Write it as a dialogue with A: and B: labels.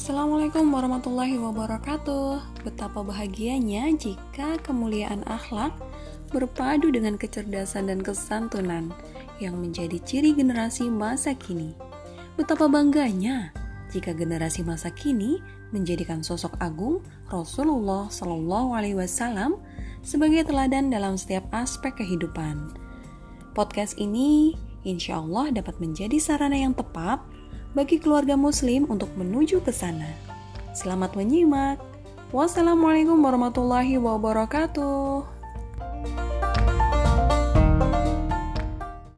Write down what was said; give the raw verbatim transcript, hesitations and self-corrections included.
A: Assalamualaikum warahmatullahi wabarakatuh. Betapa bahagianya jika kemuliaan akhlak berpadu dengan kecerdasan dan kesantunan yang menjadi ciri generasi masa kini. Betapa bangganya jika generasi masa kini menjadikan sosok agung Rasulullah Shallallahu Alaihi Wasallam sebagai teladan dalam setiap aspek kehidupan. Podcast ini insya Allah dapat menjadi sarana yang tepat bagi keluarga muslim untuk menuju ke sana. Selamat menyimak. Wassalamualaikum warahmatullahi wabarakatuh.